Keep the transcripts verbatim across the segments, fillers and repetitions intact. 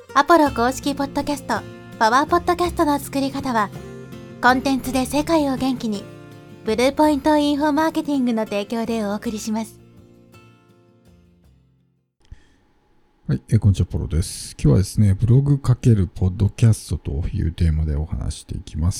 アポロ公式ポッドキャスト、パワーポッドキャストの作り方は、コンテンツで世界を元気に、ブルーポイントインフォマーケティングの提供でお送りします。 はい、えー、こんにちは、ポロです。今日はですね、ブログ×ポッドキャストというテーマでお話していきます。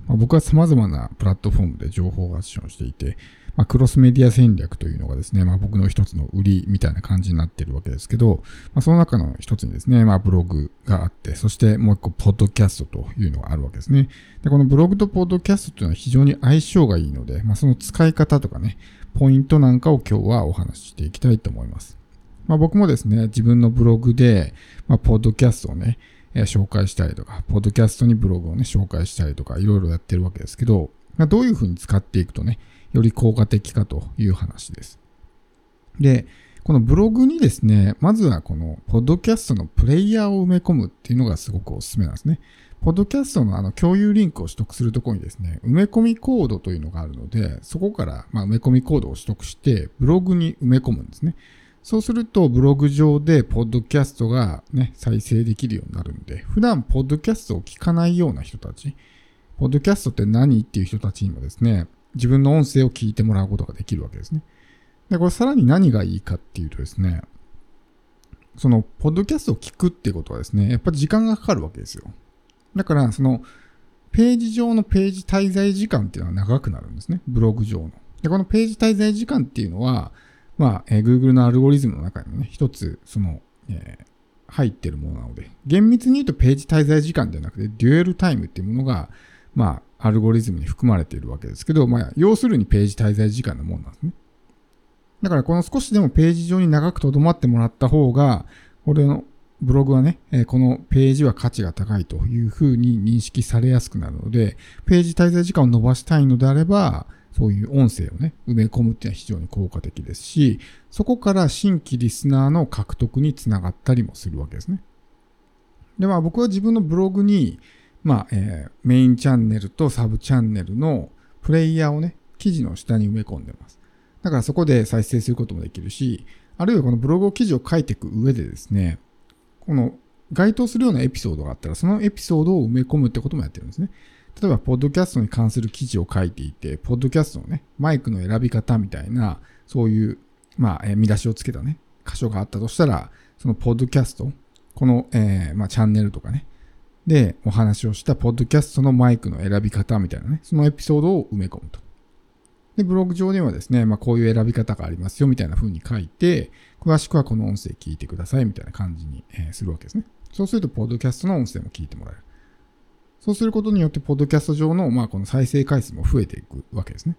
まあ、僕は様々なプラットフォームで情報発信をしていて、まあ、クロスメディア戦略というのがですね、まあ、僕の一つの売りみたいな感じになっているわけですけど、まあ、その中の一つにですね、まあ、ブログがあって、そしてもう一個、ポッドキャストというのがあるわけですね。で、このブログとポッドキャストというのは非常に相性がいいので、まあ、その使い方とかね、ポイントなんかを今日はお話ししていきたいと思います。まあ、僕もですね、自分のブログで、まあ、ポッドキャストをね、えー、紹介したりとか、ポッドキャストにブログをね、紹介したりとか、いろいろやってるわけですけど、まあ、どういうふうに使っていくとね、より効果的かという話です。で、このブログにですね、まずはこの、ポッドキャストのプレイヤーを埋め込むっていうのがすごくおすすめなんですね。ポッドキャストのあの共有リンクを取得するところにですね、埋め込みコードというのがあるので、そこからまあ埋め込みコードを取得して、ブログに埋め込むんですね。そうすると、ブログ上でポッドキャストがね、再生できるようになるんで、普段ポッドキャストを聞かないような人たち、ポッドキャストって何っていう人たちにもですね、自分の音声を聞いてもらうことができるわけですね。で、これさらに何がいいかっていうとですね、その、ポッドキャストを聞くっていうことはですね、やっぱり時間がかかるわけですよ。だから、その、ページ上のページ滞在時間っていうのは長くなるんですね。ブログ上の。で、このページ滞在時間っていうのは、まあ、えー、Google のアルゴリズムの中にもね、一つ、その、えー、入ってるものなので、厳密に言うとページ滞在時間ではなくて、デュエルタイムっていうものが、まあ、アルゴリズムに含まれているわけですけど、まあ、要するにページ滞在時間のものなんですね。だから、この少しでもページ上に長く留まってもらった方が、これのブログはね、えー、このページは価値が高いというふうに認識されやすくなるので、ページ滞在時間を伸ばしたいのであれば、そういう音声をね、埋め込むっていうのは非常に効果的ですし、そこから新規リスナーの獲得につながったりもするわけですね。で、まあ僕は自分のブログに、まあ、えー、メインチャンネルとサブチャンネルのプレイヤーをね、記事の下に埋め込んでます。だからそこで再生することもできるし、あるいはこのブログ記事を書いていく上でですね、この該当するようなエピソードがあったら、そのエピソードを埋め込むってこともやってるんですね。例えば、ポッドキャストに関する記事を書いていて、ポッドキャストのね、マイクの選び方みたいな、そういう、まあ、えー、見出しをつけたね、箇所があったとしたら、そのポッドキャスト、この、えー、まあ、チャンネルとかね、で、お話をしたポッドキャストのマイクの選び方みたいなね、そのエピソードを埋め込むと。で、ブログ上ではですね、まあ、こういう選び方がありますよ、みたいな風に書いて、詳しくはこの音声聞いてください、みたいな感じに、えー、するわけですね。そうすると、ポッドキャストの音声も聞いてもらえる。そうすることによって、ポッドキャスト上の、まあ、この再生回数も増えていくわけですね。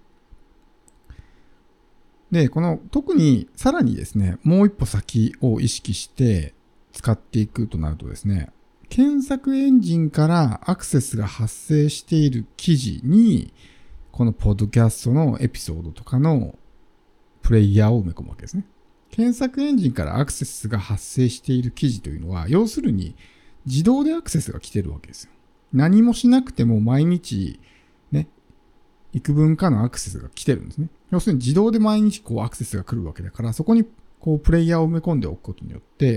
で、この、特に、さらにですね、もう一歩先を意識して使っていくとなるとですね、検索エンジンからアクセスが発生している記事に、このポッドキャストのエピソードとかのプレイヤーを埋め込むわけですね。検索エンジンからアクセスが発生している記事というのは、要するに自動でアクセスが来てるわけですよ。何もしなくても毎日ね、幾分かのアクセスが来てるんですね。要するに自動で毎日こうアクセスが来るわけだから、そこにこうプレイヤーを埋め込んでおくことによって、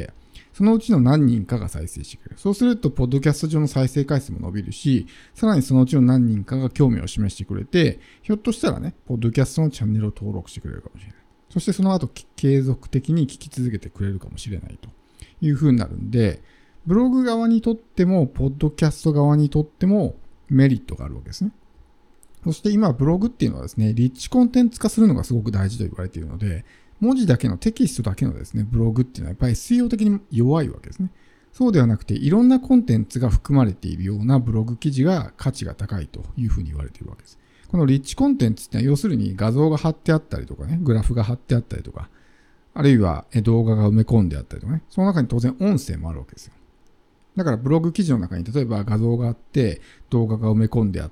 そのうちの何人かが再生してくれる。そうすると、ポッドキャスト上の再生回数も伸びるし、さらにそのうちの何人かが興味を示してくれて、ひょっとしたらね、ポッドキャストのチャンネルを登録してくれるかもしれない。そしてその後、継続的に聞き続けてくれるかもしれないという風になるんで、ブログ側にとっても、ポッドキャスト側にとってもメリットがあるわけですね。そして今、ブログっていうのはですね、リッチコンテンツ化するのがすごく大事と言われているので、文字だけのテキストだけのですね、ブログっていうのはやっぱり水曜的に弱いわけですね。そうではなくて、いろんなコンテンツが含まれているようなブログ記事が価値が高いというふうに言われているわけです。このリッチコンテンツってのは要するに画像が貼ってあったりとかね、グラフが貼ってあったりとか、あるいは動画が埋め込んであったりとかね、その中に当然音声もあるわけですよ。だからブログ記事の中に例えば画像があって、動画が埋め込んであって、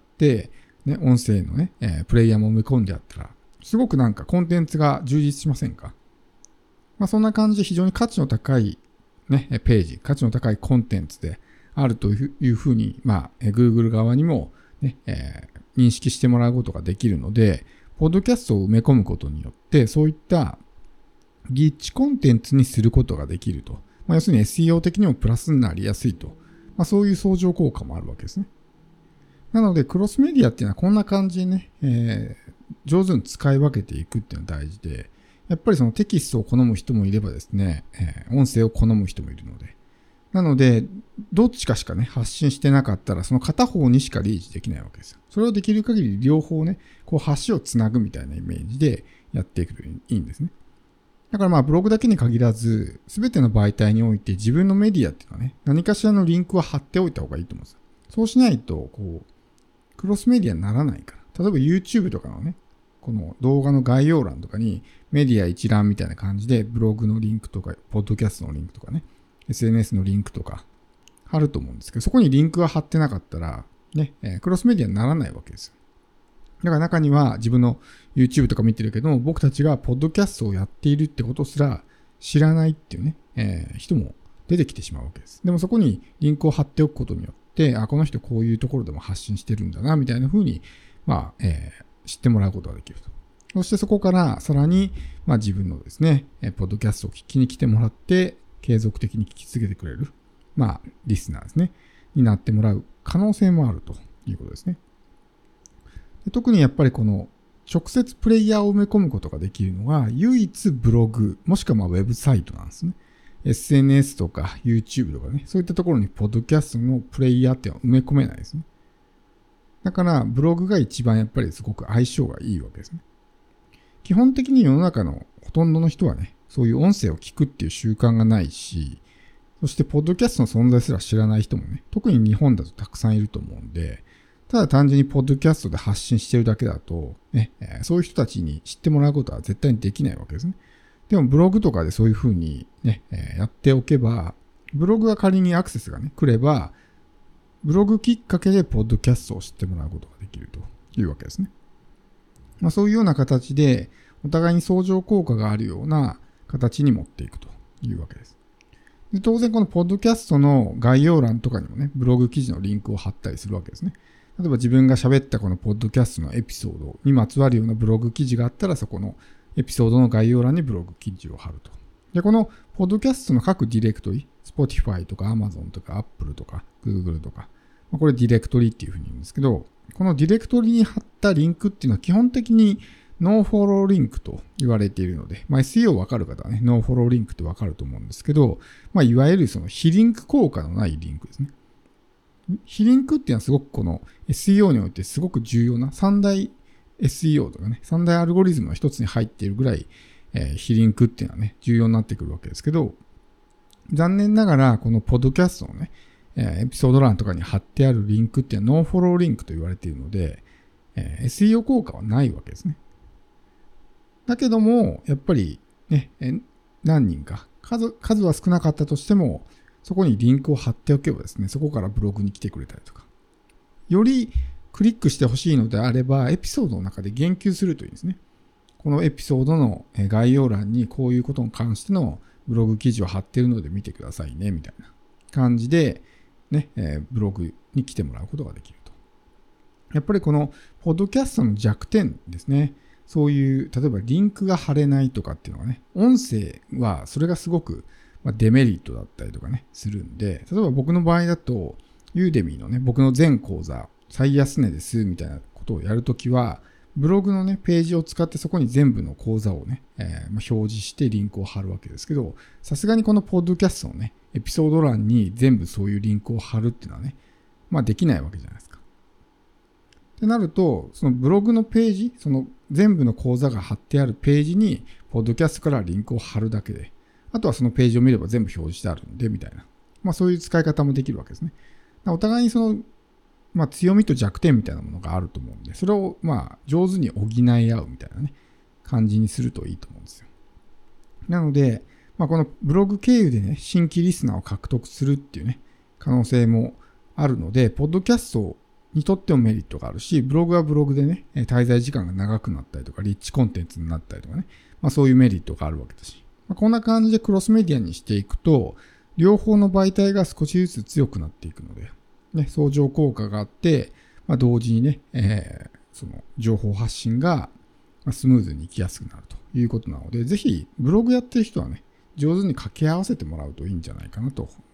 ね、音声のね、えー、プレイヤーも埋め込んであったら、すごくなんかコンテンツが充実しませんか？まあそんな感じで非常に価値の高いね、ページ、価値の高いコンテンツであるというふうに、まあ、Google 側にもね、えー、認識してもらうことができるので、ポッドキャストを埋め込むことによって、そういったリッチコンテンツにすることができると。 まあ、要するに エスイーオー 的にもプラスになりやすいと。まあ、そういう相乗効果もあるわけですね。なので、クロスメディアっていうのはこんな感じでね、えー、上手に使い分けていくっていうのが大事で、やっぱりそのテキストを好む人もいればですね、えー、音声を好む人もいるので。なので、どっちかしかね、発信してなかったら、その片方にしかリーチできないわけですよ。それをできる限り両方ね、こう橋をつなぐみたいなイメージでやっていくといいんですね。だからまあブログだけに限らず、すべての媒体において自分のメディアっていうのはね、何かしらのリンクを貼っておいた方がいいと思うんですよ。そうしないと、こう、クロスメディアにならないから。例えば YouTube とかのね、この動画の概要欄とかにメディア一覧みたいな感じでブログのリンクとか、ポッドキャストのリンクとかね、エスエヌエス のリンクとか貼ると思うんですけど、そこにリンクが貼ってなかったら、ね、えー、クロスメディアにならないわけですよ。だから中には自分の YouTube とか見てるけども、僕たちがポッドキャストをやっているってことすら知らないっていうね、えー、人も出てきてしまうわけです。でもそこにリンクを貼っておくことによって、あ、この人こういうところでも発信してるんだな、みたいな風に、まあ、えー、知ってもらうことができると。そしてそこからさらに、まあ自分のですね、ポッドキャストを聞きに来てもらって、継続的に聞き続けてくれる、まあ、リスナーですね、になってもらう可能性もあるということですね。で、特にやっぱりこの直接プレイヤーを埋め込むことができるのが唯一ブログ、もしくはまあウェブサイトなんですね。エスエヌエス とか YouTube とかね、そういったところにポッドキャストのプレイヤーっていうのは埋め込めないですね。だからブログが一番やっぱりすごく相性がいいわけですね。基本的に世の中のほとんどの人はね、そういう音声を聞くっていう習慣がないし、そしてポッドキャストの存在すら知らない人もね、特に日本だとたくさんいると思うんで、ただ単純にポッドキャストで発信してるだけだと、ね、そういう人たちに知ってもらうことは絶対にできないわけですね。でもブログとかでそういうふうにね、やっておけば、ブログが仮にアクセスがね、来れば、ブログきっかけでポッドキャストを知ってもらうことができるというわけですね。まあ、そういうような形で、お互いに相乗効果があるような形に持っていくというわけです。で、当然このポッドキャストの概要欄とかにもね、ブログ記事のリンクを貼ったりするわけですね。例えば自分が喋ったこのポッドキャストのエピソードにまつわるようなブログ記事があったら、そこのエピソードの概要欄にブログ記事を貼ると。で、このポッドキャストの各ディレクトリ、Spotify とか Amazon とか Apple とか Google とか、これディレクトリっていうふうに言うんですけど、このディレクトリに貼ったリンクっていうのは基本的にノーフォローリンクと言われているので、まあ、エスイーオー わかる方はね、ノーフォローリンクってわかると思うんですけど、まあ、いわゆるその非リンク効果のないリンクですね。非リンクっていうのはすごくこの エスイーオー においてすごく重要な三大 エスイーオー とかね、三大アルゴリズムの一つに入っているぐらい、えー、非リンクっていうのはね、重要になってくるわけですけど、残念ながらこのポッドキャストのね、エピソード欄とかに貼ってあるリンクっていうのはノーフォローリンクと言われているので、えー、エスイーオー 効果はないわけですね。だけども、やっぱりね、何人か、数、数は少なかったとしても、そこにリンクを貼っておけばですね、そこからブログに来てくれたりとか、よりクリックしてほしいのであれば、エピソードの中で言及するといいんですね。このエピソードの概要欄にこういうことに関してのブログ記事を貼っているので見てくださいね、みたいな感じで、ね、ブログに来てもらうことができると。やっぱりこの、ポッドキャストの弱点ですね。そういう、例えばリンクが貼れないとかっていうのはね、音声はそれがすごくデメリットだったりとかね、するんで、例えば僕の場合だと、ユーデミーのね、僕の全講座、最安値ですみたいなことをやるときは、ブログのね、ページを使ってそこに全部の講座をね、えー、まあ表示してリンクを貼るわけですけど、さすがにこのポッドキャストのね、エピソード欄に全部そういうリンクを貼るっていうのはね、まあできないわけじゃないですか。ってなると、そのブログのページ、その全部の講座が貼ってあるページに、ポッドキャストからリンクを貼るだけで、あとはそのページを見れば全部表示してあるんで、みたいな。まあそういう使い方もできるわけですね。お互いにその、まあ強みと弱点みたいなものがあると思うんで、それをまあ上手に補い合うみたいなね、感じにするといいと思うんですよ。なので、まあこのブログ経由でね、新規リスナーを獲得するっていうね、可能性もあるので、ポッドキャストにとってもメリットがあるし、ブログはブログでね、滞在時間が長くなったりとか、リッチコンテンツになったりとかね、まあそういうメリットがあるわけだし、まあ、こんな感じでクロスメディアにしていくと、両方の媒体が少しずつ強くなっていくので、ね、相乗効果があって、まあ、同時にね、えー、その情報発信がスムーズにいきやすくなるということなので、ぜひブログやってる人はね、 上手に掛け合わせてもらうといいんじゃないかなと